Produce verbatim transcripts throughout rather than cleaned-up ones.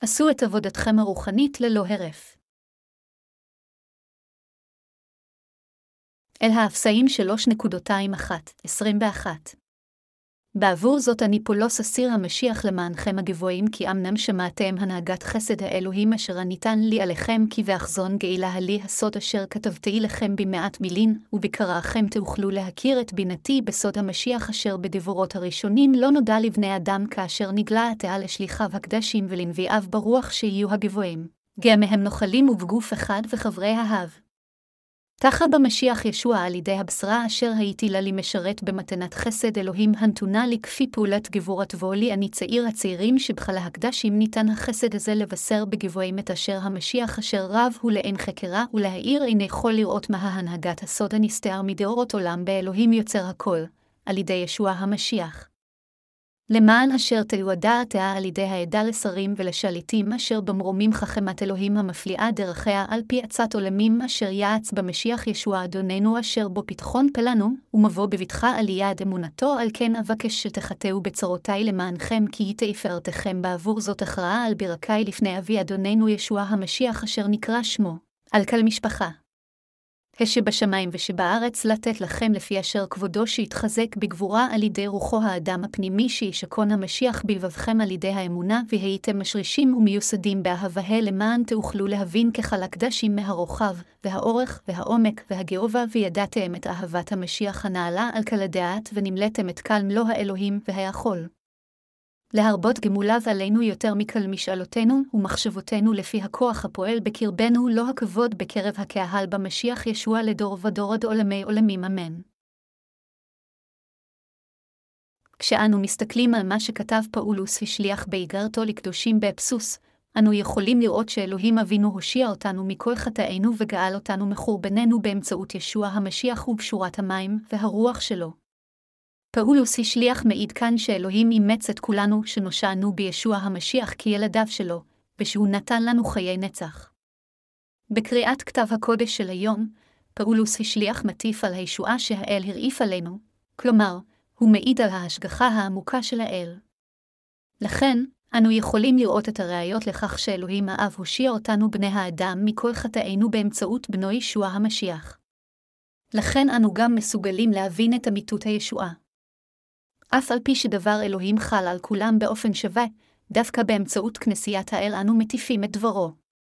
עשו את עבודתכם הרוחנית ללא הרף. אל האפסאים שלוש אחת עשרים ואחת. בעבור זאת אני פולוס אסיר המשיח למענכם הגבוהים, כי אמנם שמעתם הנהגת חסד האלוהים אשר הניתן לי עליכם, כי ואחזון גאלה לי הסוד אשר כתבתי לכם במעט מילין, ובקראכם תוכלו להכיר את בינתי בסוד המשיח אשר בדברות הראשונים לא נודע לבני אדם, כאשר נגלה עתה לשליחיו הקדשים ולנביאיו ברוח שיהיו הגבוהים, גם מהם נוחלים ובגוף אחד וחברי האב. תחה במשיח ישוע על ידי הבשרה אשר הייתי לה לי משרת במתנת חסד אלוהים הנתונה לי כפי פעולת גבורת ואולי אני צעיר הצעירים שבחלה הקדשים ניתן החסד הזה לבשר בגבוהים את אשר המשיח אשר רב הוא לאין חקרה ולהאיר איני יכול לראות מה הנהגת הסוד הנסתר מדאורות עולם באלוהים יוצר הכל, על ידי ישוע המשיח. למען אשר תיועדה עתה על ידי העדה לשרים ולשליטים אשר במרומים חכמת אלוהים המפליאה דרכיה על פי עצת עולמים אשר יעץ במשיח ישוע אדוננו אשר בו פתחון פלנו, ומבוא בבטחה על יד אמונתו. על כן אבקש שתחתהו בצרותי למענכם, כי היא תפארתכם בעבור זאת הכרעה על ברכי לפני אבי אדוננו ישוע המשיח אשר נקרא שמו, על כל משפחה. השבשמיים ושבארץ לתת לכם לפי אשר כבודו שיתחזק בגבורה על ידי רוחו האדם הפנימי שישכון המשיח בלבבכם על ידי האמונה, והייתם משרישים ומיוסדים באהבה למען תוכלו להבין ככל הקדשים מהרוחב והאורך והעומק והגאובה, וידעתם את אהבת המשיח הנעלה על כל הדעת, ונמלאתם את כל מלוא האלוהים והיכול להרבות גמוליו עלינו יותר מכל משאלותינו ומחשבותינו לפי הכוח הפועל בקרבנו, לא הכבוד בקרב הקהל במשיח ישוע לדור ודור עד עולמי עולמים אמן. כשאנו מסתכלים על מה שכתב פאולוס השליח באיגרתו לקדושים באפסוס, אנו יכולים לראות שאלוהים אבינו הושיע אותנו מכל חטאינו וגאל אותנו מחורבננו באמצעות ישוע המשיח ובשורת המים והרוח שלו. פאולוס השליח מעיד כאן שאלוהים אימץ את כולנו שנושענו בישוע המשיח כילדיו שלו, ושהוא נתן לנו חיי נצח. בקריאת כתב הקודש של היום, פאולוס השליח מטיף על הישועה שהאל הרעיף עלינו, כלומר, הוא מעיד על ההשגחה העמוקה של האל. לכן, אנו יכולים לראות את הראיות לכך שאלוהים האב הושיע אותנו בני האדם מכל חטאינו באמצעות בנו ישוע המשיח. לכן אנו גם מסוגלים להבין את אמיתות הישועה. אף על פי שדבר אלוהים חל על כולם באופן שווה, דווקא באמצעות כנסיית האל אנו מטיפים את דברו.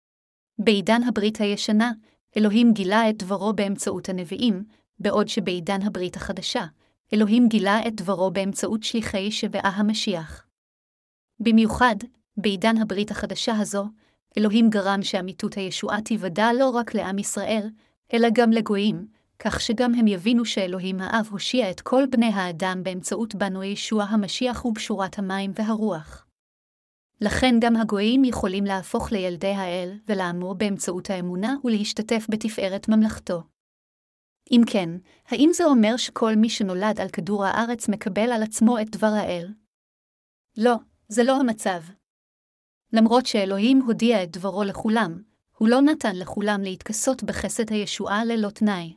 בעידן הברית הישנה, אלוהים גילה את דברו באמצעות הנביאים, בעוד שבעידן הברית החדשה, אלוהים גילה את דברו באמצעות שליחי שבאה המשיח. במיוחד, בעידן הברית החדשה הזו, אלוהים גרם שאמיתות הישועה תיוודע לא רק לעם ישראל, אלא גם לגויים, כך שגם הם יבינו שאלוהים האב הושיע את כל בני האדם באמצעות בנו ישוע המשיח ובשורת המים והרוח. לכן גם הגויים יכולים להפוך לילדי האל ולאמור באמצעות האמונה ולהשתתף בתפארת ממלכתו. אם כן, האם זה אומר שכל מי שנולד על כדור הארץ מקבל על עצמו את דבר האל? לא, זה לא המצב. למרות שאלוהים הודיע את דברו לכולם, הוא לא נתן לכולם להתכסות בחסד הישועה ללא תנאי.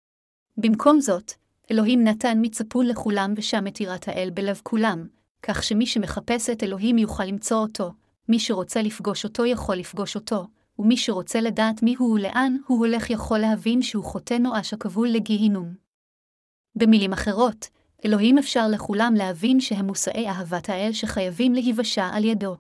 במקום זאת, אלוהים נתן מצפון לכולם ושם את יראת האל בלב כולם, כך שמי שמחפש את אלוהים יוכל למצוא אותו, מי שרוצה לפגוש אותו יכול לפגוש אותו, ומי שרוצה לדעת מי הוא ולאן הוא הולך יכול להבין שהוא חוטא נואש הכבול לגיהינום. במילים אחרות, אלוהים אפשר לכולם להבין שהם מושאי אהבת האל שחייבים להיוושע על ידו.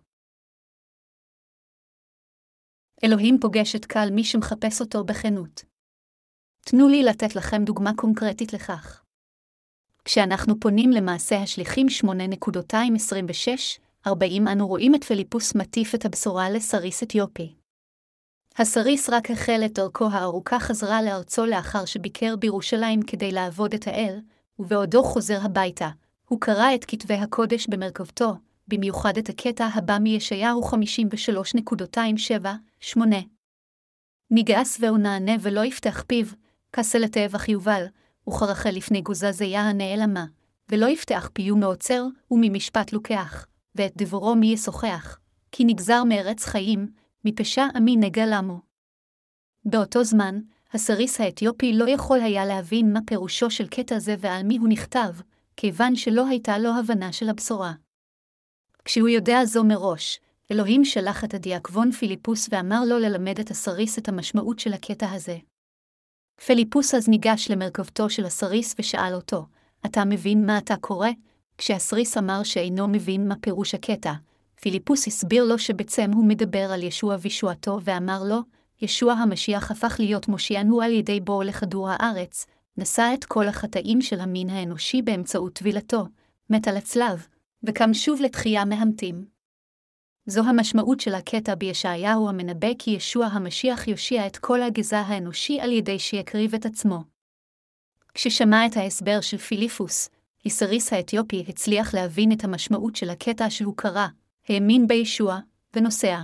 אלוהים פוגש את כל מי שמחפש אותו בכנות. תנו לי לתת לכם דוגמה קונקרטית לכך. כשאנחנו פונים למעשה השליחים שמונה עשרים ושש ארבעים אנו רואים את פיליפוס מטיף את הבשורה לסריס אתיופי. הסריס רק החל את דרכו הארוכה חזרה לארצו לאחר שביקר בירושלים כדי לעבוד את האל, ובעודו חוזר הביתה, הוא קרא את כתבי הקודש במרכבתו, במיוחד את הקטע הבא מישעיהו חמישים ושלוש שבע שמונה. ניגס והוא נענה ולא יפתח פיו, כסל הטבח יובל, וכרחל לפני גוזזיה הנעלמה, ולא יפתח פיו מעוצר וממשפט לוקח, ואת דברו מי ישוחח, כי נגזר מארץ חיים, מפשע עמי נגל עמו. באותו זמן, הסריס האתיופי לא יכול היה להבין מה פירושו של קטע זה ועל מי הוא נכתב, כיוון שלא הייתה לו הבנה של הבשורה. כשהוא יודע זו מראש, אלוהים שלח את הדיאקבון פיליפוס ואמר לו ללמד את הסריס את המשמעות של הקטע הזה. פיליפוס אז ניגש למרכבתו של הסריס ושאל אותו, אתה מבין מה אתה קורא? כשהסריס אמר שאינו מבין מה פירוש הקטע, פיליפוס הסביר לו שבעצם הוא מדבר על ישוע וישועתו ואמר לו, ישוע המשיח הפך להיות מושיענו על ידי בואו לכדור הארץ, נשא את כל החטאים של המין האנושי באמצעות טבילתו, מת על הצלב, וקם שוב לתחייה מהמתים. זו המשמעות של הקטע בישעיהו המנבא כי ישוע המשיח יושיע את כל הגזע האנושי על ידי שיקריב את עצמו. כששמע את ההסבר של פיליפוס, הסריס האתיופי הצליח להבין את המשמעות של הקטע שהוא קרא, האמין בישוע, ונוסע.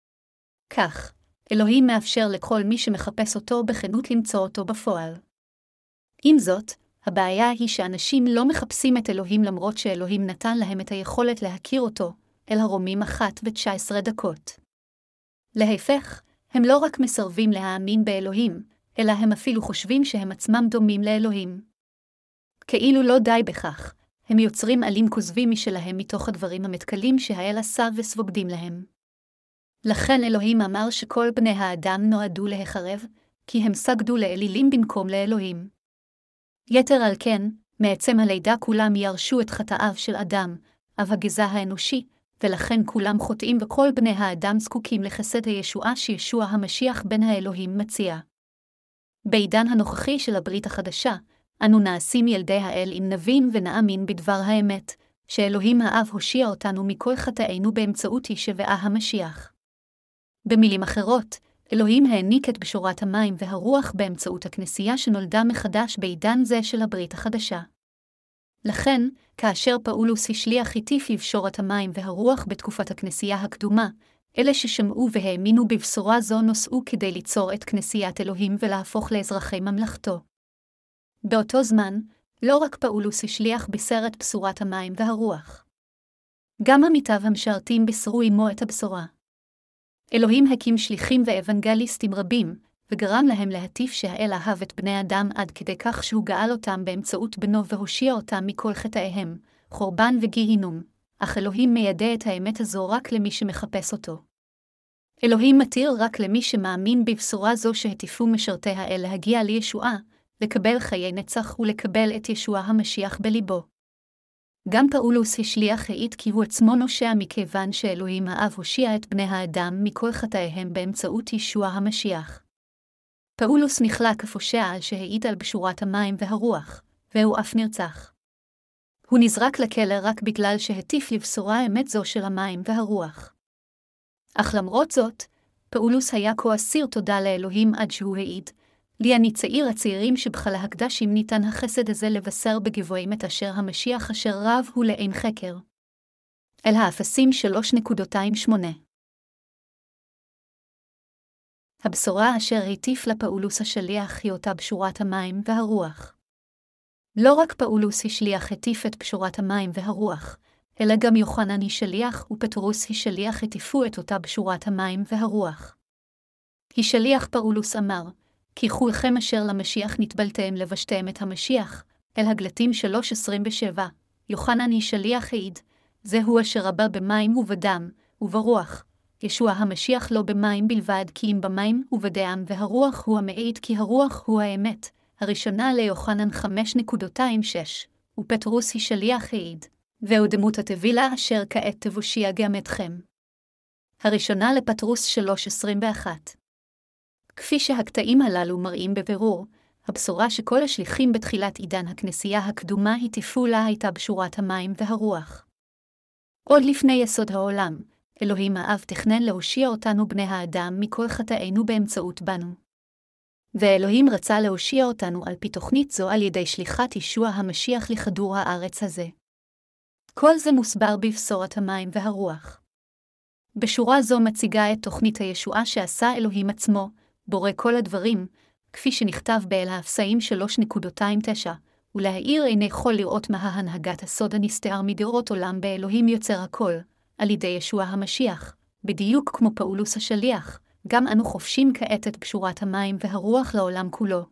כך, אלוהים מאפשר לכל מי שמחפש אותו בכנות למצוא אותו בפועל. עם זאת, הבעיה היא שאנשים לא מחפשים את אלוהים למרות שאלוהים נתן להם את היכולת להכיר אותו, אל הרומים אחת ותשע עשרה דקות. להפך, הם לא רק מסרבים להאמין באלוהים, אלא הם אפילו חושבים שהם עצמם דומים לאלוהים. כאילו לא די בכך, הם יוצרים עלים כוזבים משלהם מתוך הדברים המתקלים שהאל עשה וסבוגדים להם. לכן אלוהים אמר שכל בני האדם נועדו להיחרב, כי הם סגדו לאלילים במקום לאלוהים. יתר על כן, מעצם הלידה כולם ירשו את חטאיו של אדם, אב הגזע האנושי, ולכן כולם חוטאים וכל בני האדם זקוקים לחסד הישועה שישוע המשיח בן האלוהים מציע. בעידן הנוכחי של הברית החדשה, אנו נעשים ילדי האל אם נבין ונאמין בדבר האמת, שאלוהים האב הושיע אותנו מכל חטאינו באמצעות ישוע המשיח. במילים אחרות, אלוהים העניק את בשורת המים והרוח באמצעות הכנסייה שנולדה מחדש בעידן זה של הברית החדשה. לכן, כאשר פאולוס השליח הטיף בבשורת המים והרוח בתקופת הכנסייה הקדומה, אלה ששמעו והאמינו בבשורה זו נוסעו כדי ליצור את כנסיית אלוהים ולהפוך לאזרחי ממלכתו. באותו זמן, לא רק פאולוס השליח בישר את בשורת המים והרוח. גם עמיתיו המשרתים בישרו עמו את הבשורה. אלוהים הקים שליחים ואבנגליסטים רבים, וגרם להם להטיף שהאל אהב את בני אדם עד כדי כך שהוא גאל אותם באמצעות בנו והושיע אותם מכל חטאיהם, חורבן וגיהינום, אך אלוהים מיידע את האמת הזו רק למי שמחפש אותו. אלוהים מתיר רק למי שמאמין בבשורה זו שהטיפו משרתי האל להגיע לישועה, לקבל חיי נצח ולקבל את ישוע המשיח בליבו. גם פאולוס השליח העיד כי הוא עצמו נושע מכיוון שאלוהים האב הושיע את בני האדם מכל חטאיהם באמצעות ישוע המשיח. פאולוס נכלא כפושע על שהעיד על בשורת המים והרוח, והוא אף נרצח. הוא נזרק לכלא רק בגלל שהטיף לבשורה האמת זו של המים והרוח. אך למרות זאת, פאולוס היה כה אסיר תודה לאלוהים עד שהוא העיד, לי אני צעיר הצעירים שבחלה הקדשים ניתן החסד הזה לבשר בגבוהים את אשר המשיח אשר רב הוא לאין חקר. אל האפסים שלוש שמונה. הבשורה אשר הטיף לפאולוס השליח היא אותה בשורת המים והרוח. לא רק פאולוס השליח הטיף את בשורת המים והרוח, אלא גם יוחנן השליח ופטרוס השליח הטיפו את אותה בשורת המים והרוח. השליח פאולוס אמר, כי כולכם אשר למשיח נטבלתם לבשתם את המשיח, אל הגלתים שלוש עשרים ושבע, יוחנן השליח העיד, זהו אשר הבא במים ובדם, וברוח, ישוע המשיח לא במים בלבד כי אם במים ובדם והרוח הוא המעיד כי הרוח הוא האמת, הראשונה ליוחנן חמש שש, ופטרוס השליח העיד, והוא דמות הטבילה אשר כעת תבושיע גם אתכם. הראשונה לפטרוס שלוש עשרים ואחת. כפי שהקטעים הללו מראים בבירור, הבשורה שכל השליחים בתחילת עידן הכנסייה הקדומה הטיפו לה הייתה בשורת המים והרוח. עוד לפני יסוד העולם, אלוהים האב תכנן להושיע אותנו בני האדם מכל חטאינו באמצעות בנו. ואלוהים רצה להושיע אותנו על פי תוכנית זו על ידי שליחת ישוע המשיח לכדור הארץ הזה. כל זה מוסבר בבשורת המים והרוח. בשורה זו מציגה את תוכנית הישועה שעשה אלוהים עצמו, בורא כל הדברים, כפי שנכתב באל האפסאים שלוש תשע, ולהאיר עיני כל לראות מה ההנהגת הסוד הנסתר מדורות עולם באלוהים יוצר הכל, על ידי ישוע המשיח, בדיוק כמו פאולוס השליח, גם אנו חופשים כעת את בשורת המים והרוח לעולם כולו.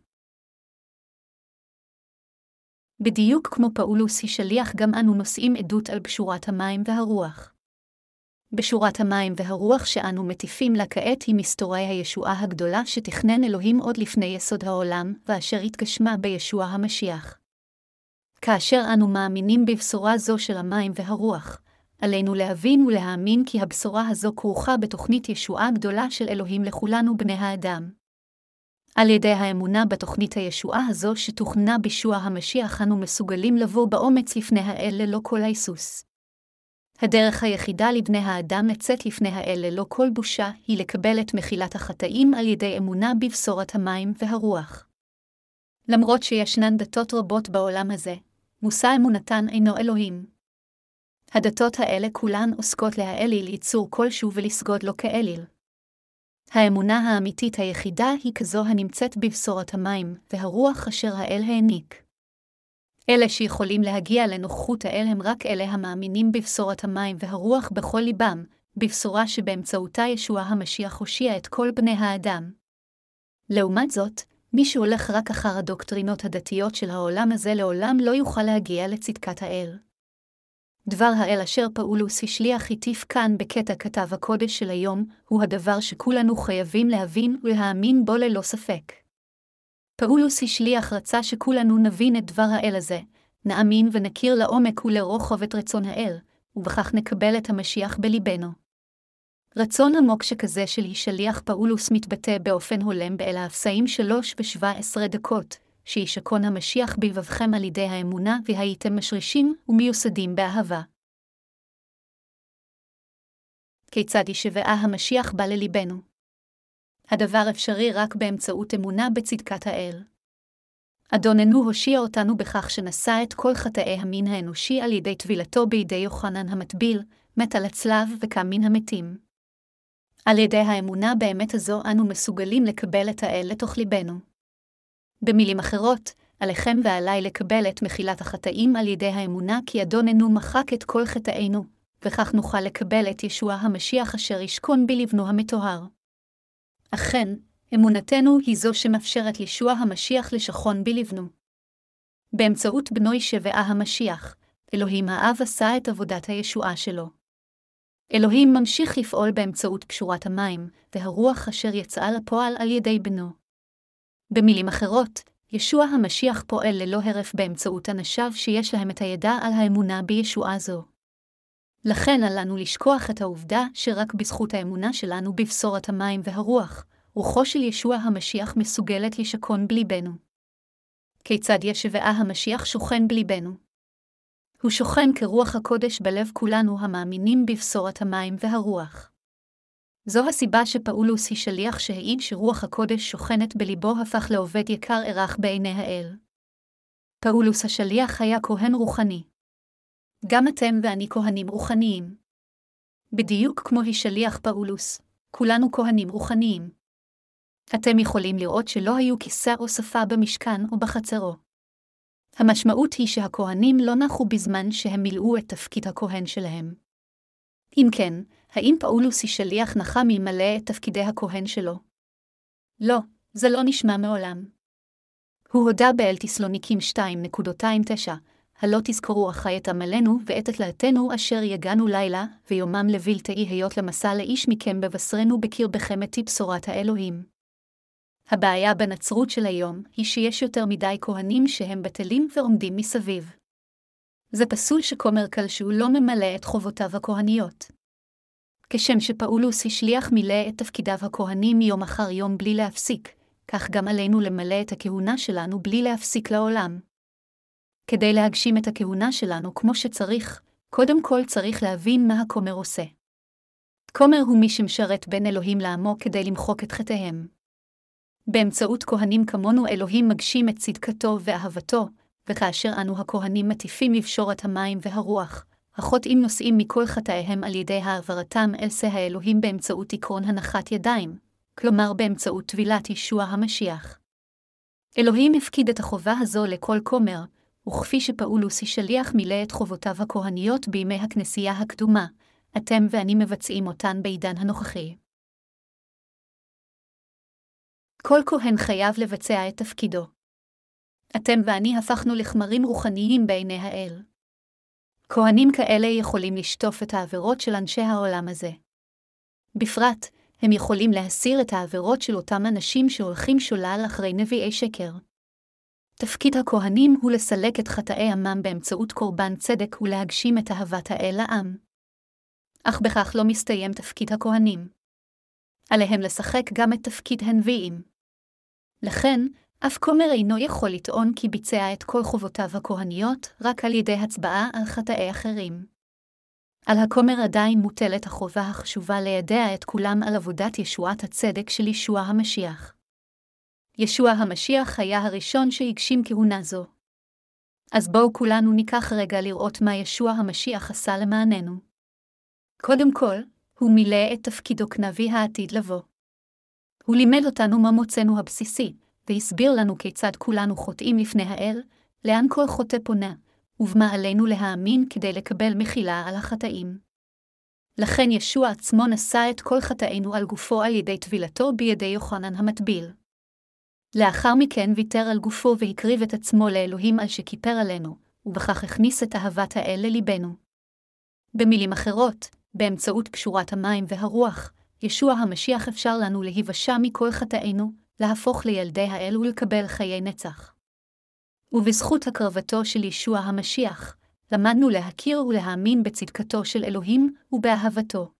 בדיוק כמו פאולוס השליח גם אנו נושאים עדות על בשורת המים והרוח. בשורת המים והרוח שאנו מטיפים לה כעת היא מסתורי הישועה הגדולה שתכנן אלוהים עוד לפני יסוד העולם, ואשר התגשמה בישוע המשיח. כאשר אנו מאמינים בבשורה זו של המים והרוח, עלינו להבין ולהאמין כי הבשורה הזו כרוכה בתוכנית ישועה גדולה של אלוהים לכולנו בני האדם. על ידי האמונה בתוכנית הישועה הזו שתוכננה בישוע המשיח אנו מסוגלים לבוא באומץ לפני האל ללא כל היסוס. הדרך היחידה לבני האדם לצאת לפני האל ללא כל בושה היא לקבל את מחילת החטאים על ידי אמונה בבשורת המים והרוח. למרות שישנן דתות רבות בעולם הזה, מושא אמונתן אינו אלוהים. הדתות האלה כולן עוסקות להאליל יצור כלשהו ולסגוד לו כאליל. האמונה האמיתית היחידה היא כזו הנמצאת בבשורת המים והרוח אשר האל העניק. אלה שיכולים להגיע לנוכחות האל הם רק אלה המאמינים בבשורת המים והרוח בכל ליבם, בבשורה שבאמצעותה ישוע המשיח הושיע את כל בני האדם. לעומת זאת, מי שהולך רק אחר הדוקטרינות הדתיות של העולם הזה לעולם לא יוכל להגיע לצדקת האל. דבר האל אשר פאולוס השליח הטיף כאן בקטע כתב הקודש של היום, הוא הדבר שכולנו חייבים להבין ולהאמין בו ללא ספק. פאולוס השליח רצה שכולנו נבין את דבר האל הזה, נאמין ונכיר לעומק ולרוחב את רצון האל, ובכך נקבל את המשיח בליבנו. רצון עמוק שכזה של שליח פאולוס מתבטא באופן הולם באל האפסאים שלוש ושבע עשרה דקות, שישכון המשיח בלבבכם על ידי האמונה והייתם משרישים ומיוסדים באהבה. כיצד ישבעה המשיח בא לליבנו? הדבר אפשרי רק באמצעות אמונה בצדקת האל. אדוננו הושיע אותנו בכך שנשא את כל חטאי המין האנושי על ידי טבילתו בידי יוחנן המטביל, מת על הצלב וקם מן המתים. על ידי האמונה באמת הזו אנו מסוגלים לקבל את האל לתוך ליבנו. במילים אחרות, עליכם ועליי לקבל את מחילת החטאים על ידי האמונה כי אדוננו מחק את כל חטאינו, וכך נוכל לקבל את ישוע המשיח אשר ישכון בלבנו המטוהר. אכן, אמונתנו היא זו שמאפשרת ישוע המשיח לשכון בלבנו. באמצעות בנו ישבעה המשיח, אלוהים האב עשה את עבודת הישועה שלו. אלוהים ממשיך לפעול באמצעות קשורת המים, והרוח אשר יצאה לפועל על ידי בנו. במילים אחרות, ישוע המשיח פועל ללא הרף באמצעות אנשיו שיש להם את הידע על האמונה בישועה זו. לכן עלינו לשכוח את העובדה שרק בזכות האמונה שלנו בבשורת המים והרוח, רוחו של ישוע המשיח מסוגלת לשכון בליבנו. כיצד ישבעה המשיח שוכן בליבנו? הוא שוכן כרוח הקודש בלב כולנו המאמינים בבשורת המים והרוח. זו הסיבה שפאולוס היא שליח שהעיד שרוח הקודש שוכנת בליבו הפך לעובד יקר ערך בעיני האל. פאולוס השליח היה כהן רוחני. גם אתם ואני כהנים רוחניים. בדיוק כמו היא שליח פאולוס, כולנו כהנים רוחניים. אתם יכולים לראות שלא היו כיסא או שפה במשכן או בחצרו. המשמעות היא שהכהנים לא נחו בזמן שהם מילאו את תפקיד הכהן שלהם. אם כן, האם פאולוס השליח נחה ממלא את תפקידי הכהן שלו? לא, זה לא נשמע מעולם. הוא הודה באל תסלוניקים שתיים תשע, הלא תזכרו אחי את עמלנו ואת תלאתנו אשר יגענו לילה, ויומם לבלתי היות למסע לאיש מכם בבשרנו בקרבכם את בשורת האלוהים. הבעיה בנצרות של היום היא שיש יותר מדי כהנים שהם בטלים ועומדים מסביב. זה פסול שכומר כלשהו לא ממלא את חובותיו הכהניות. כשם שפאולוס השליח מילא את תפקידיו הכהנים יום אחר יום בלי להפסיק, כך גם עלינו למלא את הכהונה שלנו בלי להפסיק לעולם. כדי להגשים את הכהונה שלנו כמו שצריך, קודם כל צריך להבין מה הכומר עושה. כומר הוא מי שמשרת בין אלוהים לעמו כדי למחוק את חטאיהם. באמצעות כהנים כמונו אלוהים מגשים את צדקתו ואהבתו, וכאשר אנו הכהנים מטיפים מבשורת המים והרוח, החוטאים נושאים מכל חטאיהם על ידי העברתם אל שא האלוהים באמצעות עקרון הנחת ידיים, כלומר באמצעות טבילת ישוע המשיח. אלוהים הפקיד את החובה הזו לכל כומר, וכפי שפאולוס השליח מילא את חובותיו הכהניות בימי הכנסייה הקדומה, אתם ואני מבצעים אותן בעידן הנוכחי. כל כהן חייב לבצע את תפקידו. אתם ואני הפכנו לחמרים רוחניים בעיני האל. כהנים כאלה יכולים לשטוף את העבירות של אנשי העולם הזה. בפרט, הם יכולים להסיר את העבירות של אותם אנשים שהולכים שולל אחרי נביאי שקר. תפקיד הכהנים הוא לסלק את חטאי עמם באמצעות קורבן צדק ולהגשים את אהבת האל לעם. אך בכך לא מסתיים תפקיד הכהנים. עליהם לשחק גם את תפקיד הנביאים. לכן, אף כומר אינו יכול לטעון כי ביצע את כל חובותיו הכהניות רק על ידי הצבעה על חטאי אחרים. על הכומר עדיין מוטלת החובה החשובה לידע את כולם על עבודת ישועת הצדק של ישוע המשיח. ישוע המשיח היה הראשון שהגשים כהונה זו. אז בואו כולנו ניקח רגע לראות מה ישוע המשיח עשה למעננו. קודם כל, הוא מילא את תפקידו כנביא העתיד לבוא. הוא לימד אותנו מה מוצאנו הבסיסי, והסביר לנו כיצד כולנו חוטאים לפני האל, לאן כל חוטא פונה, ובמה עלינו להאמין כדי לקבל מחילה על החטאים. לכן ישוע עצמו נשא את כל חטאינו על גופו על ידי טבילתו בידי יוחנן המטביל. לאחר מכן ויתר על גופו והקריב את עצמו לאלוהים על שכיפר עלינו, ובכך הכניס את אהבת האל לליבנו. במילים אחרות, באמצעות קשורת המים והרוח, ישוע המשיח אפשר לנו להיוושע מכל חטאינו, להפוך לילדי האל ולקבל חיי נצח. ובזכות הקרבתו של ישוע המשיח, למדנו להכיר ולהאמין בצדקתו של אלוהים ובאהבתו.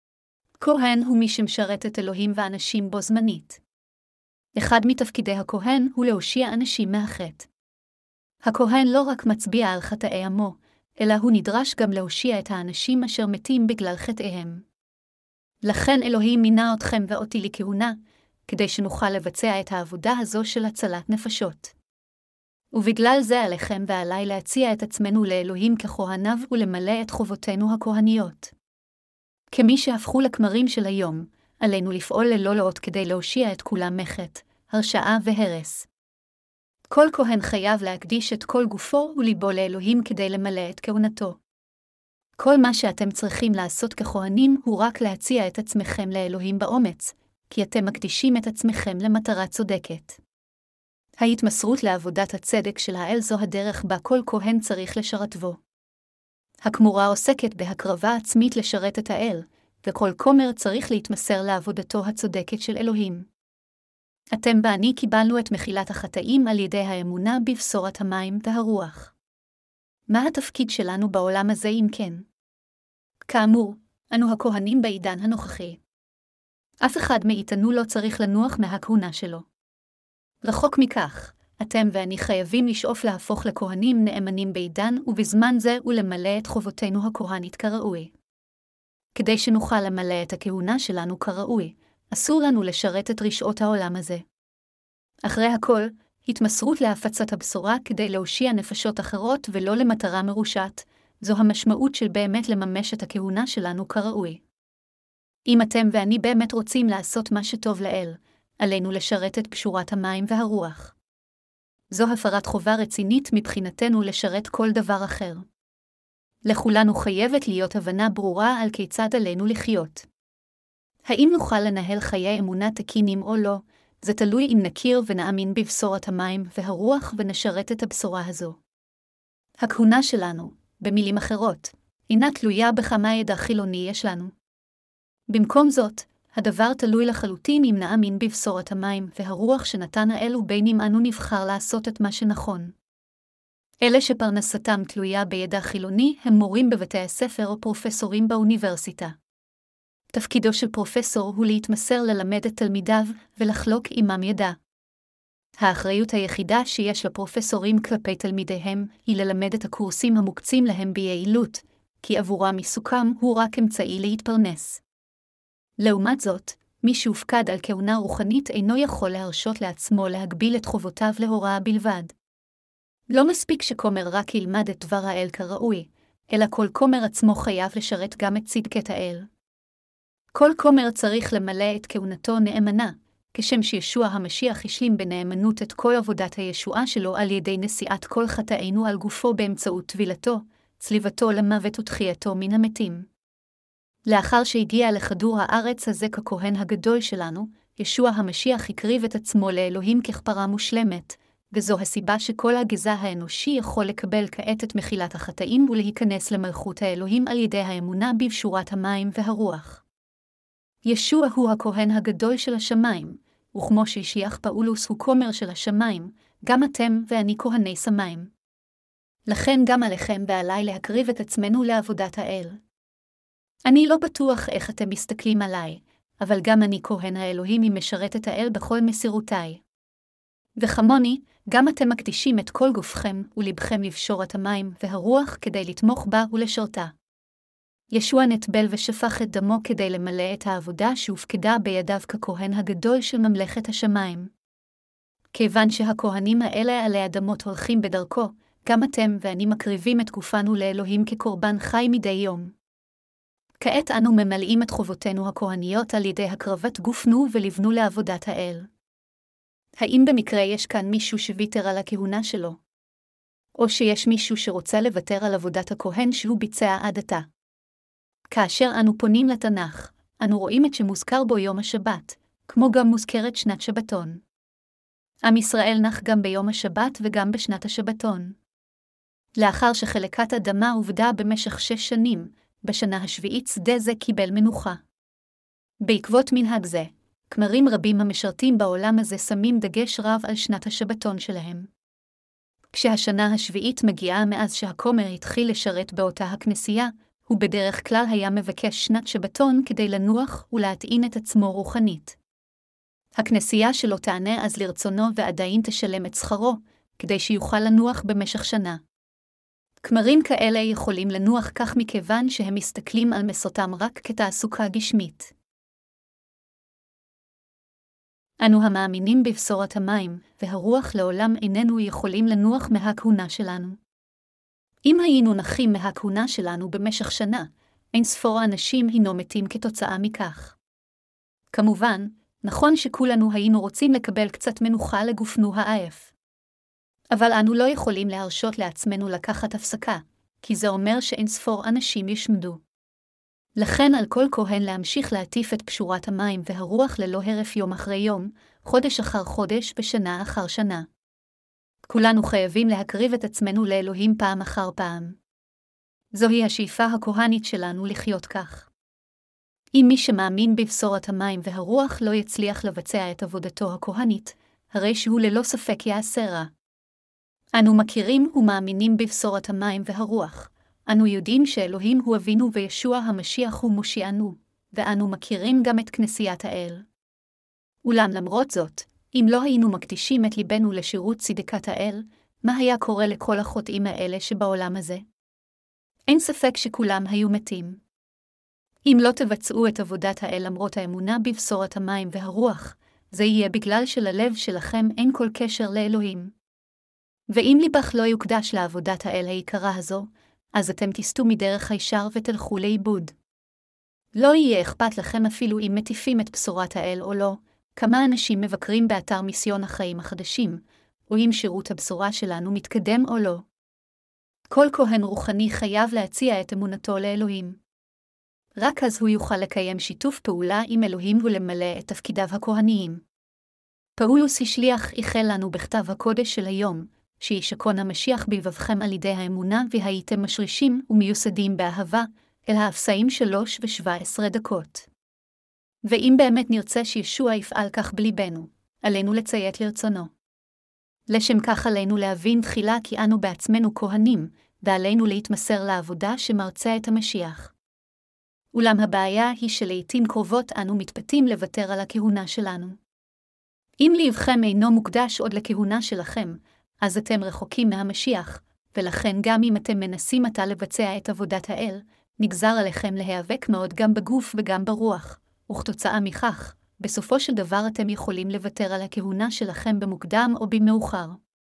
כהן הוא מי שמשרת את אלוהים ואנשים בו זמנית. אחד מתפקידי הכהן הוא להושיע אנשים מהחטא. הכהן לא רק מצביע על חטאי עמו, אלא הוא נדרש גם להושיע את האנשים אשר מתים בגלל חטאיהם. לכן אלוהים מינה אתכם ואותי לכהונה, כדי שנוכל לבצע את העבודה הזו של הצלת נפשות. ובגלל זה עליכם ועליי להציע את עצמנו לאלוהים ככהניו ולמלא את חובותינו הכהניות. כמי שהפכו לכמרים של היום, עלינו לפעול ללא לאות כדי להושיע את כולם מחטא, הרשעה והרס. כל כהן חייב להקדיש את כל גופו וליבו לאלוהים כדי למלא את כהונתו. כל מה שאתם צריכים לעשות ככהנים הוא רק להציע את עצמכם לאלוהים באומץ, כי אתם מקדישים את עצמכם למטרה צודקת. ההתמסרות לעבודת הצדק של האל זו הדרך בה כל כהן צריך לשרת בו. הכמורה עוסקת בהקרבה עצמית לשרת את האל, וכל כומר צריך להתמסר לעבודתו הצודקת של אלוהים. אתם ואני קיבלנו את מחילת החטאים על ידי האמונה בבשורת המים והרוח. מה התפקיד שלנו בעולם הזה אם כן? כאמור, אנו הכהנים בעידן הנוכחי. אף אחד מאיתנו לא צריך לנוח מהכהונה שלו. רחוק מכך, אתם ואני חייבים לשאוף להפוך לכהנים נאמנים בעידן ובזמן זה ולמלא את חובותינו הכהנית כראוי. כדי שנוכל למלא את הכהונה שלנו כראוי, אסור לנו לשרת את רשעות העולם הזה. אחרי הכל, התמסרות להפצת הבשורה כדי להושיע נפשות אחרות ולא למטרה מרושעת, זו המשמעות של באמת לממש את הכהונה שלנו כראוי. אם אתם ואני באמת רוצים לעשות מה שטוב לאל, עלינו לשרת את קשורת המים והרוח. זו הפרת חובה רצינית מבחינתנו לשרת כל דבר אחר. לכולנו חייבת להיות הבנה ברורה על כיצד עלינו לחיות. האם נוכל לנהל חיי אמונה תקינים או לא, זה תלוי אם נכיר ונאמין בבשורת המים והרוח ונשרת את הבשורה הזו. הכהונה שלנו, במילים אחרות, אינה תלויה בכמה ידע חילוני יש לנו. במקום זאת, הדבר תלוי לחלוטין אם נאמין בבשורת המים והרוח שנתן האל ובין אם אנו נבחר לעשות את מה שנכון. אלה שפרנסתם תלויה בידע חילוני הם מורים בבתי הספר או פרופסורים באוניברסיטה. תפקידו של פרופסור הוא להתמסר ללמד את תלמידיו ולחלוק עמם ידע. האחריות היחידה שיש לפרופסורים כלפי תלמידיהם היא ללמד את הקורסים המוקצים להם ביעילות, כי עבורם עיסוקם הוא רק אמצעי להתפרנס. לעומת זאת, מי שהופקד על כהונה רוחנית אינו יכול להרשות לעצמו להגביל את חובותיו להוראה בלבד. לא מספיק שכומר רק ילמד את דבר האל כראוי, אלא כל כומר עצמו חייב לשרת גם את צדקת האל. כל כומר צריך למלא את כהונתו נאמנה, כשם שישוע המשיח השלים בנאמנות את כל עבודת הישועה שלו על ידי נשיאת כל חטאינו על גופו באמצעות טבילתו, צליבתו למוות ותחייתו מן המתים. לאחר שהגיע לכדור הארץ הזה ככהן הגדול שלנו, ישוע המשיח הקריב את עצמו לאלוהים ככפרה מושלמת, וזו הסיבה שכל הגזע האנושי יכול לקבל כעת את מחילת החטאים ולהיכנס למלכות האלוהים על ידי האמונה בבשורת המים והרוח. ישוע הוא הכהן הגדול של השמיים, וכמו שהשיח פאולוס הוא כומר של השמיים, גם אתם ואני כהני שמיים. לכן גם עליכם ועליי להקריב את עצמנו לעבודת האל. אני לא בטוח איך אתם מסתכלים עליי, אבל גם אני כהן האלוהים אם משרת את האל בכל מסירותיי. וכמוני, גם אתם מקדישים את כל גופכם ולבכם לבשורת המים והרוח כדי לתמוך בה ולשרתה. ישוע נטבל ושפך את דמו כדי למלא את העבודה שהופקדה בידיו ככהן הגדול של ממלכת השמיים. כיוון שהכהנים האלה עלי אדמות הולכים בדרכו, גם אתם ואני מקריבים את גופנו לאלוהים כקורבן חי מדי יום. כעת אנו ממלאים את חובותינו הכהניות על ידי הקרבת גופנו ולבנו לעבודת האל. האם במקרה יש כאן מישהו שוויתר על הכהונה שלו? או שיש מישהו שרוצה לוותר על עבודת הכהן שהוא ביצע עד עתה? כאשר אנו פונים לתנ"ך, אנו רואים את שמוזכר בו יום השבת, כמו גם מוזכרת שנת שבתון. עם ישראל נח גם ביום השבת וגם בשנת השבתון. לאחר שחלקת אדמה עובדה במשך שש שנים, בשנה השביעית שדה זה קיבל מנוחה. בעקבות מנהג זה, כמרים רבים המשרתים בעולם הזה שמים דגש רב על שנת השבתון שלהם. כשהשנה השביעית מגיעה מאז שהכומר התחיל לשרת באותה הכנסייה, הוא בדרך כלל היה מבקש שנת שבתון כדי לנוח ולהטעין את עצמו רוחנית. הכנסייה שלו תענה אז לרצונו ועדיין תשלם את שכרו, כדי שיוכל לנוח במשך שנה. כמרים כאלה יכולים לנוח כך מכיוון שהם מסתכלים על מסותם רק כתעסוקה גשמית. אנו המאמינים בבשורת המים והרוח לעולם איננו יכולים לנוח מהכהונה שלנו. אם היינו נחים מהכהונה שלנו במשך שנה, אין ספור אנשים הינו מתים כתוצאה מכך. כמובן, נכון שכולנו היינו רוצים לקבל קצת מנוחה לגופנו העייף. אבל אנו לא יכולים להרשות לעצמנו לקחת הפסקה, כי זה אומר שאין ספור אנשים ישמדו. לכן על כל כהן להמשיך להטיף את פשורת המים והרוח ללא הרף יום אחרי יום, חודש אחר חודש ושנה אחר שנה. כולנו חייבים להקריב את עצמנו לאלוהים פעם אחר פעם. זוהי השאיפה הכהנית שלנו לחיות כך. אם מי שמאמין בבשורת המים והרוח לא יצליח לבצע את עבודתו הכהנית, הרי שהוא ללא ספק יעשה רע. אנו מכירים ומאמינים בבשורת המים והרוח. אנו יודעים שאלוהים הוא אבינו וישוע המשיח הוא מושיענו, ואנו מכירים גם את כנסיית האל. אולם למרות זאת, אם לא היינו מקדישים את ליבנו לשירות צדקת האל, מה היה קורה לכל החוטאים האלה שבעולם הזה? אין ספק שכולם היו מתים. אם לא תבצעו את עבודת האל למרות האמונה בבשורת המים והרוח, זה יהיה בגלל שללב שלכם אין כל קשר לאלוהים. ואם ליבך לא יוקדש לעבודת האל היקרה הזו, אז אתם תסטו מדרך הישר ותלכו לאיבוד. לא יהיה אכפת לכם אפילו אם מטיפים את בשורת האל או לא, כמה אנשים מבקרים באתר מיסיון החיים החדשים, או אם שירות הבשורה שלנו מתקדם או לא. כל כהן רוחני חייב להציע את אמונתו לאלוהים. רק אז הוא יוכל לקיים שיתוף פעולה עם אלוהים ולמלא את תפקידיו הכהניים. פאולוס השליח איחל לנו בכתב הקודש של היום, שישכון המשיח בלבבכם על ידי האמונה והייתם משרישים ומיוסדים באהבה, אל האפסאים שלוש ושבע עשרה דקות. ואם באמת נרצה שישוע יפעל כך בליבנו, עלינו לציית לרצונו. לשם כך עלינו להבין תחילה כי אנו בעצמנו כהנים, ועלינו להתמסר לעבודה שמרצה את המשיח. אולם הבעיה היא שלעיתים קרובות אנו מתפתים לוותר על הכהונה שלנו. אם ליבכם אינו מוקדש עוד לכהונה שלכם, אז אתם רחוקים מהמשיח, ולכן גם אם אתם מנסים עתה לבצע את עבודת האל, נגזר עליכם להיאבק מאוד גם בגוף וגם ברוח, וכתוצאה מכך, בסופו של דבר אתם יכולים לוותר על הכהונה שלכם במוקדם או במאוחר.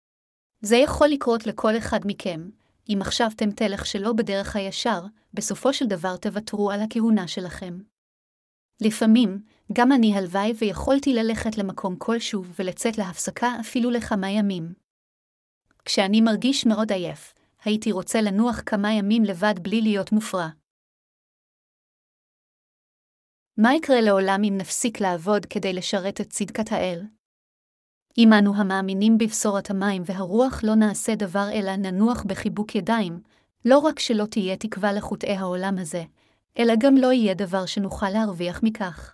זה יכול לקרות לכל אחד מכם, אם חשבתם תלך שלא בדרך הישר, בסופו של דבר תוותרו על הכהונה שלכם. לפעמים, גם אני הלוואי ויכולתי ללכת למקום כלשהו ולצאת להפסקה אפילו לכמה ימים. כשאני מרגיש מאוד עייף, הייתי רוצה לנוח כמה ימים לבד בלי להיות מופרע. מה יקרה לעולם אם נפסיק לעבוד כדי לשרת את צדקת האל? אם אנו המאמינים בבשורת המים והרוח לא נעשה דבר אלא ננוח בחיבוק ידיים, לא רק שלא תהיה תקווה לחוטאי העולם הזה, אלא גם לא יהיה דבר שנוכל להרוויח מכך.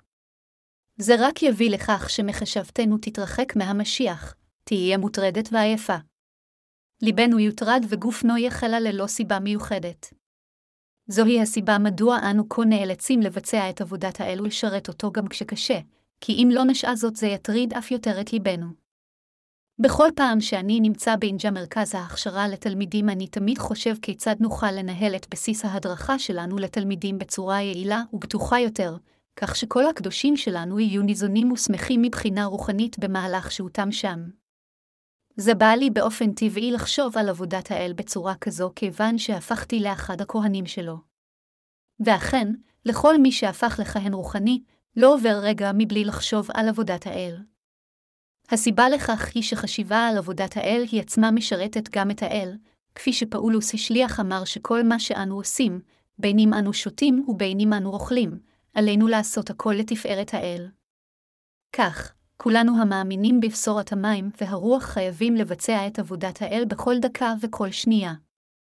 זה רק יביא לכך שמחשבתנו תתרחק מהמשיח, תהיה מוטרדת ועייפה. ליבנו יוטרד וגופנו יחלה ללא סיבה מיוחדת. זוהי הסיבה מדוע אנו כה נאלצים לבצע את עבודת האל ולשרת אותו גם כשקשה, כי אם לא נשעה זאת זה יטריד אף יותר את ליבנו. בכל פעם שאני נמצא באינג'ה מרכז ההכשרה לתלמידים אני תמיד חושב כיצד נוכל לנהל את בסיס ההדרכה שלנו לתלמידים בצורה יעילה ובטוחה יותר, כך שכל הקדושים שלנו יהיו ניזונים ושמחים מבחינה רוחנית במהלך שהותם שם. זה בא לי באופן טבעי לחשוב על עבודת האל בצורה כזו כיוון שהפכתי לאחד הכהנים שלו. ואכן, לכל מי שהפך לכהן רוחני, לא עובר רגע מבלי לחשוב על עבודת האל. הסיבה לכך היא שחשיבה על עבודת האל היא עצמה משרתת גם את האל, כפי שפאולוס השליח אמר שכל מה שאנו עושים, בין אם אנו שותים ובין אם אנו אוכלים, עלינו לעשות הכל לתפארת האל. כך, כולנו המאמינים בבשורת המים והרוח חייבים לבצע את עבודת האל בכל דקה וכל שנייה.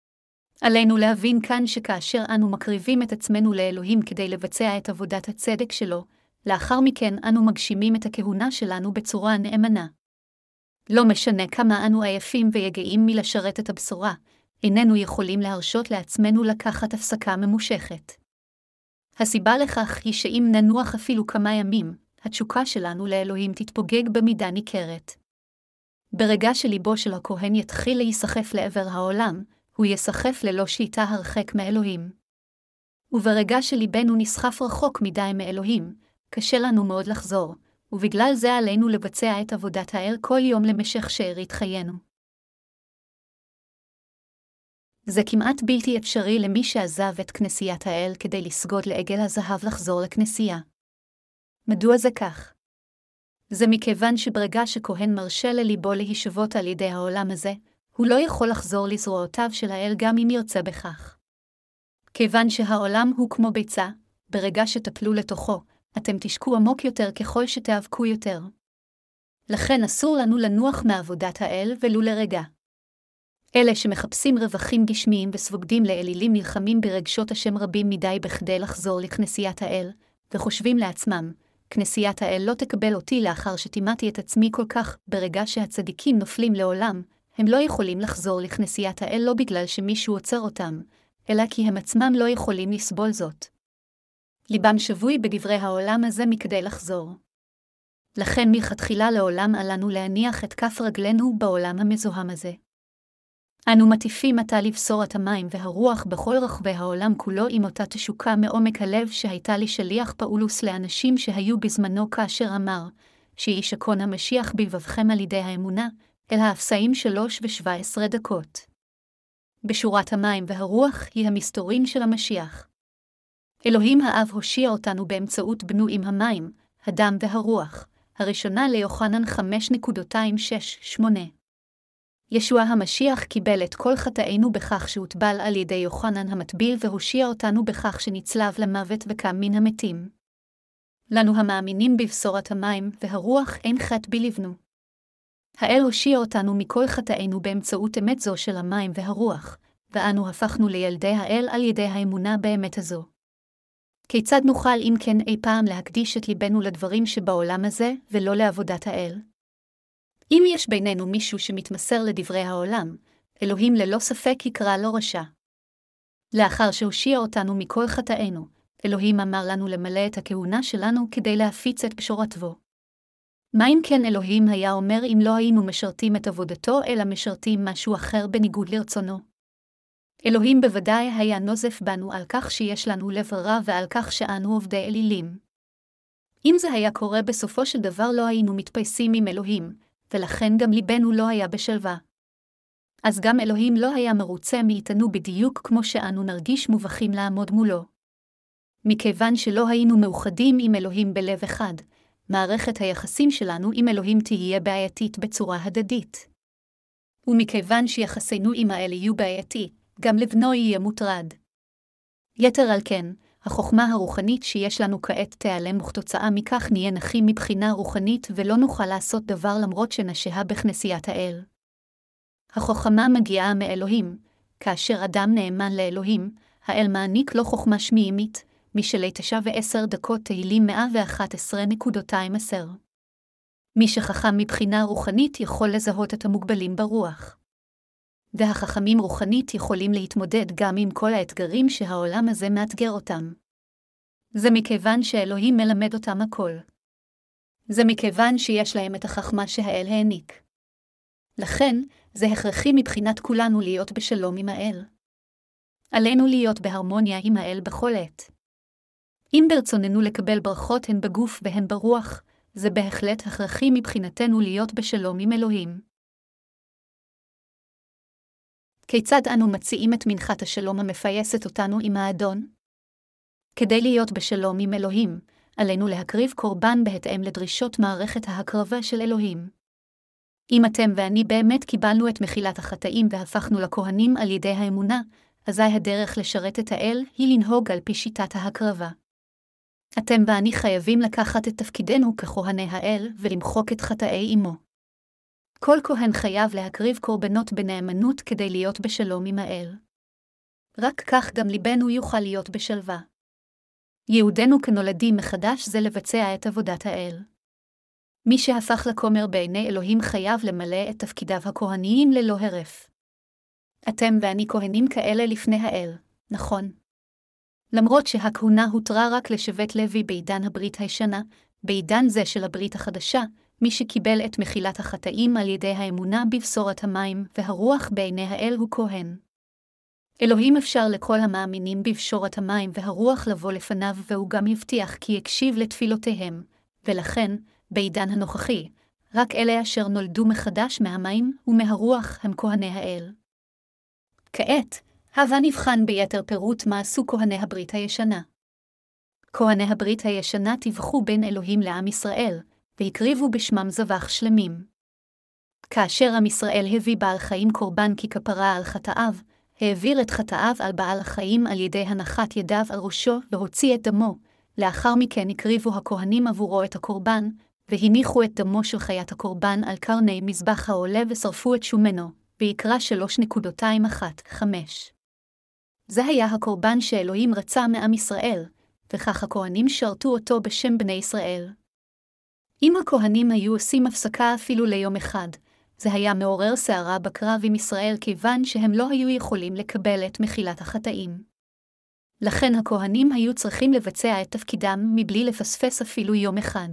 עלינו להבין כאן שכאשר אנו מקריבים את עצמנו לאלוהים כדי לבצע את עבודת הצדק שלו, לאחר מכן אנו מגשימים את הכהונה שלנו בצורה נאמנה. לא משנה כמה אנו עייפים ויגעים מלשרת את הבשורה, איננו יכולים להרשות לעצמנו לקחת הפסקה ממושכת. הסיבה לכך היא שאם ננוח אפילו כמה ימים, התשוקה שלנו לאלוהים תתפוגג במידה ניכרת. ברגע שליבו של הכהן יתחיל להיסחף לעבר העולם, הוא יסחף ללא שליטה הרחק מאלוהים. וברגע שליבנו נסחף רחוק מדי מאלוהים, קשה לנו מאוד לחזור, ובגלל זה עלינו לבצע את עבודת האל כל יום למשך שארית חיינו. זה כמעט בלתי אפשרי למי שעזב את כנסיית האל כדי לסגוד לעגל הזהב לחזור לכנסייה. מדוע זה כך? זה מכיוון שברגע שכהן מרשה לליבו להישבות על ידי העולם הזה, הוא לא יכול לחזור לזרועותיו של האל גם אם ירצה בכך. כיוון שהעולם הוא כמו ביצה, ברגע שתפלו לתוכו, אתם תשקו עמוק יותר ככל שתאבקו יותר. לכן אסור לנו לנוח מעבודת האל ולו לרגע. אלה שמחפשים רווחים גשמיים וסבוגדים לאלילים נלחמים ברגשות השם רבים מדי בכדי לחזור לכנסיית האל, וחושבים לעצמם, כנסיית האל לא תקבל אותי לאחר שטימאתי את עצמי כל כך. ברגע שהצדיקים נופלים לעולם, הם לא יכולים לחזור לכנסיית האל לא בגלל שמישהו עוצר אותם, אלא כי הם עצמם לא יכולים לסבול זאת. ליבם שבוי בדברי העולם הזה מכדי לחזור. לכן מלכתחילה לעולם עלינו להניח את כף רגלינו בעולם המזוהם הזה. אנו מטיפים עתה לבשורת המים והרוח בכל רחבי העולם כולו עם אותה תשוקה מעומק הלב שהייתה לשליח פאולוס לאנשים שהיו בזמנו כאשר אמר, שישכון המשיח בלבבכם על ידי האמונה, אל האפסאים שלוש ושבע עשרה דקות. בשורת המים והרוח היא המסתורין של המשיח. אלוהים האב הושיע אותנו באמצעות בנו עם המים, הדם והרוח, הראשונה ליוחנן חמש שש שמונה. ישוע המשיח קיבל את כל חטאינו בכך שהוטבל על ידי יוחנן המטביל והושיע אותנו בכך שנצלב למוות וקם מן המתים. לנו המאמינים בבשורת המים והרוח אין חטא בלבנו. האל הושיע אותנו מכל חטאינו באמצעות אמת זו של המים והרוח, ואנו הפכנו לילדי האל על ידי האמונה באמת הזו. כיצד נוכל אם כן אי פעם להקדיש את ליבנו לדברים שבעולם הזה ולא לעבודת האל? אם יש בינינו מישהו שמתמסר לדברי העולם, אלוהים ללא ספק יקרא לו רשע. לאחר שהושיע אותנו מכל חטאינו, אלוהים אמר לנו למלא את הכהונה שלנו כדי להפיץ את בשורתו. מה אם כן אלוהים היה אומר אם לא היינו משרתים את עבודתו אלא משרתים משהו אחר בניגוד לרצונו? אלוהים בוודאי היה נוזף בנו על כך שיש לנו לב רע ועל כך שאנו עובדי אלילים. אם זה היה קורה בסופו של דבר לא היינו מתפייסים עם אלוהים, ולכן גם ליבנו לא היה בשלווה. אז גם אלוהים לא היה מרוצה מאיתנו בדיוק כמו שאנו נרגיש מובכים לעמוד מולו. מכיוון שלא היינו מאוחדים עם אלוהים בלב אחד, מערכת היחסים שלנו עם אלוהים תהיה בעייתית בצורה הדדית. ומכיוון שיחסינו עם האל יהיו בעייתי, גם לבנו יהיה מוטרד. יתר על כן, החוכמה הרוחנית שיש לנו כעת תיעלם וכתוצאה מכך נהיה נחים מבחינה רוחנית ולא נוכל לעשות דבר למרות שנשהה בכנסיית האל. החוכמה מגיעה מאלוהים, כאשר אדם נאמן לאלוהים, האל מעניק לו חוכמה שמימית, משלי תשע ועשר דקות תהילים מאה ואחת עשרה עשר. מי שחכם מבחינה רוחנית יכול לזהות את המוגבלים ברוח. והחכמים רוחנית יכולים להתמודד גם עם כל האתגרים שהעולם הזה מאתגר אותם. זה מכיוון שאלוהים מלמד אותם הכל. זה מכיוון שיש להם את החכמה שהאל העניק. לכן, זה הכרחי מבחינת כולנו להיות בשלום עם האל. עלינו להיות בהרמוניה עם האל בכל עת. אם ברצוננו לקבל ברכות הן בגוף והן ברוח, זה בהחלט הכרחי מבחינתנו להיות בשלום עם אלוהים. כיצד אנו מציעים את מנחת השלום המפייסת אותנו עם האדון? כדי להיות בשלום עם אלוהים, עלינו להקריב קורבן בהתאם לדרישות מערכת ההקרבה של אלוהים. אם אתם ואני באמת קיבלנו את מחילת החטאים והפכנו לכהנים על ידי האמונה, אזי הדרך לשרת את האל היא לנהוג על פי שיטת ההקרבה. אתם ואני חייבים לקחת את תפקידנו ככהני האל ולמחוק את חטאי עמו. כל כהן חייב להקריב קורבנות בנאמנות כדי להיות בשלום עם האל. רק כך גם ליבנו יוכל להיות בשלווה. ייעודנו כנולדים מחדש זה לבצע את עבודת האל. מי שהפך לכומר בעיני אלוהים חייב למלא את תפקידיו הכהניים ללא הרף. אתם ואני כהנים כאלה לפני האל, נכון? למרות שהכהונה הותרה רק לשבט לוי בעידן הברית הישנה, בעידן זה של הברית החדשה, מי שקיבל את מחילת החטאים על ידי האמונה בבשורת המים והרוח בעיני האל הוא כהן. אלוהים אפשר לכל המאמינים בבשורת המים והרוח לבוא לפניו והוא גם יבטיח כי יקשיב לתפילותיהם, ולכן, בעידן הנוכחי, רק אלה אשר נולדו מחדש מהמים ומהרוח הם כהני האל. כעת, הבה נבחן ביתר פירוט מה עשו כהני הברית הישנה. כהני הברית הישנה טיווחו בין אלוהים לעם ישראל, והקריבו בשמם זבח שלמים. כאשר עם ישראל הביא בעל חיים קורבן ככפרה על חטאיו, העביר את חטאיו על בעל החיים על ידי הנחת ידיו על ראשו והוציא את דמו, לאחר מכן הקריבו הכהנים עבורו את הקורבן, והניחו את דמו של חיית הקורבן על קרני מזבח העולה ושרפו את שומנו, ויקרא שלוש נקודתיים אחת חמש. זה היה הקורבן שאלוהים רצה מעם ישראל, וכך הכהנים שרתו אותו בשם בני ישראל. אם הכהנים היו עושים הפסקה אפילו ליום אחד, זה היה מעורר סערה בקרב עם ישראל כיוון שהם לא היו יכולים לקבל את מחילת החטאים. לכן הכהנים היו צריכים לבצע את תפקידם מבלי לפספס אפילו יום אחד.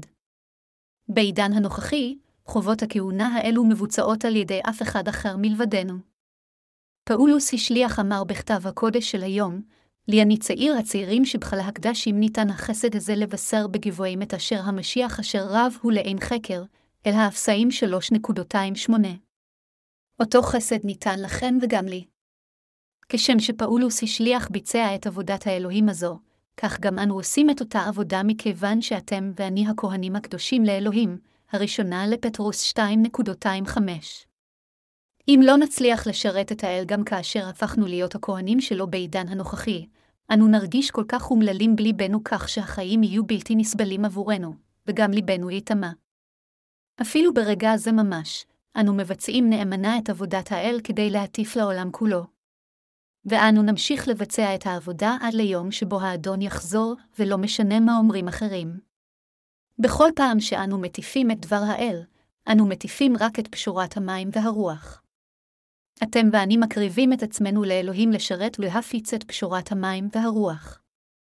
בעידן הנוכחי, חובות הכהונה האלו מבוצעות על ידי אף אחד אחר מלבדנו. פאולוס השליח אמר בכתב הקודש של היום, לי אני צעיר הצעירים שבכל הקדשים ניתן החסד הזה לבשר בגבוהים את אשר המשיח אשר רב הוא לאין חקר, אל האפסאים שלוש נקודתיים שמונה. אותו חסד ניתן לכם וגם לי. כשם שפאולוס השליח ביצע את עבודת האלוהים הזו, כך גם אנו עושים את אותה עבודה מכיוון שאתם ואני הכהנים הקדושים לאלוהים, הראשונה לפטרוס שתיים נקודתיים חמש. אם לא נצליח לשרת את האל גם כאשר הפכנו להיות הכהנים שלו בעידן הנוכחי, אנו נרגיש כל כך אומללים בליבנו כך שהחיים יהיו בלתי נסבלים עבורנו, וגם ליבנו יטמא. אפילו ברגע זה ממש, אנו מבצעים נאמנה את עבודת האל כדי להטיף לעולם כולו. ואנו נמשיך לבצע את העבודה עד ליום שבו האדון יחזור, ולא משנה מה אומרים אחרים. בכל פעם שאנו מטיפים את דבר האל, אנו מטיפים רק את פשורת המים והרוח. אתם ואני מקריבים את עצמנו לאלוהים לשרת ולהפיץ את פשורת המים והרוח.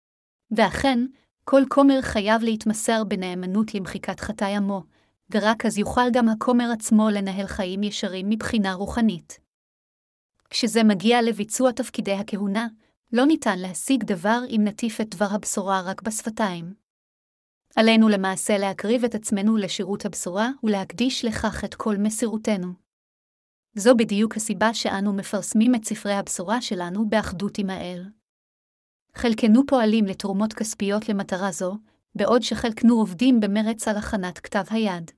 ואכן, כל כומר חייב להתמסר בנאמנות למחיקת חטאי עמו, ורק אז יוכל גם הכומר עצמו לנהל חיים ישרים מבחינה רוחנית. כשזה מגיע לביצוע תפקידי הכהונה, לא ניתן להשיג דבר אם נטיף את דבר הבשורה רק בשפתיים. עלינו למעשה להקריב את עצמנו לשירות הבשורה ולהקדיש לכך את כל מסירותנו. זו בדיוק הסיבה שאנו מפרסמים את ספרי הבשורה שלנו באחדות עם האל. חלקנו פועלים לתרומות כספיות למטרה זו, בעוד שחלקנו עובדים במרץ על הכנת כתב היד.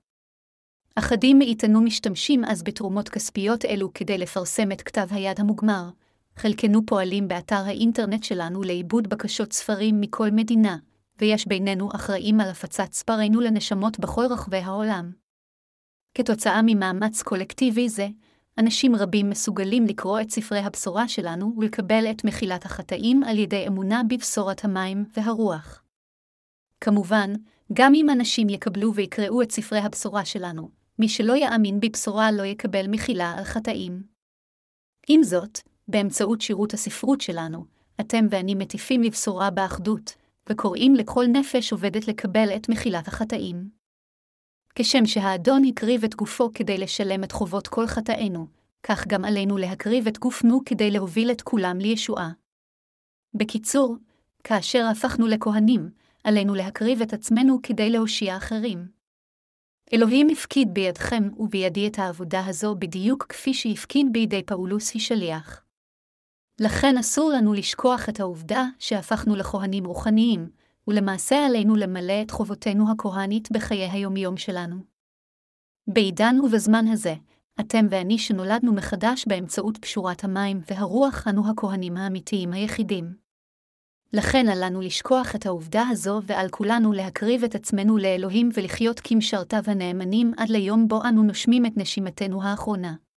אחדים מאיתנו משתמשים אז בתרומות כספיות אלו כדי לפרסם את כתב היד המוגמר, חלקנו פועלים באתר האינטרנט שלנו לעיבוד בקשות ספרים מכל מדינה, ויש בינינו אחראים על הפצת ספרינו לנשמות בכל רחבי העולם. כתוצאה ממאמץ קולקטיבי זה, אנשים רבים מסוגלים לקרוא את ספרי הבשורה שלנו ולקבל את מחילת החטאים על ידי אמונה בבשורת המים והרוח. כמובן, גם אם אנשים יקבלו ויקראו את ספרי הבשורה שלנו, מי שלא יאמין בבשורה לא יקבל מחילה על חטאים. עם זאת, באמצעות שירות הספרות שלנו, אתם ואני מטיפים לבשורה באחדות, וקוראים לכל נפש עובדת לקבל את מחילת החטאים. כשם שהאדון הקריב את גופו כדי לשלם את חובות כל חטאינו, כך גם עלינו להקריב את גופנו כדי להוביל את כולם לישועה. בקיצור, כאשר הפכנו לכהנים, עלינו להקריב את עצמנו כדי להושיע אחרים. אלוהים הפקיד בידכם ובידי את העבודה הזו בדיוק כפי שהפקיד בידי פאולוס השליח. לכן אסור לנו לשכוח את העובדה שהפכנו לכהנים רוחניים, ולמעשה עלינו למלא את חובותינו הכהנית בחיי היומיום שלנו. בעידן ובזמן הזה, אתם ואני שנולדנו מחדש באמצעות פשורת המים והרוח אנו הכהנים האמיתיים היחידים. לכן עלינו לשכוח את העובדה הזו ועל כולנו להקריב את עצמנו לאלוהים ולחיות כמשרתיו הנאמנים עד ליום בו אנו נושמים את נשימתנו האחרונה.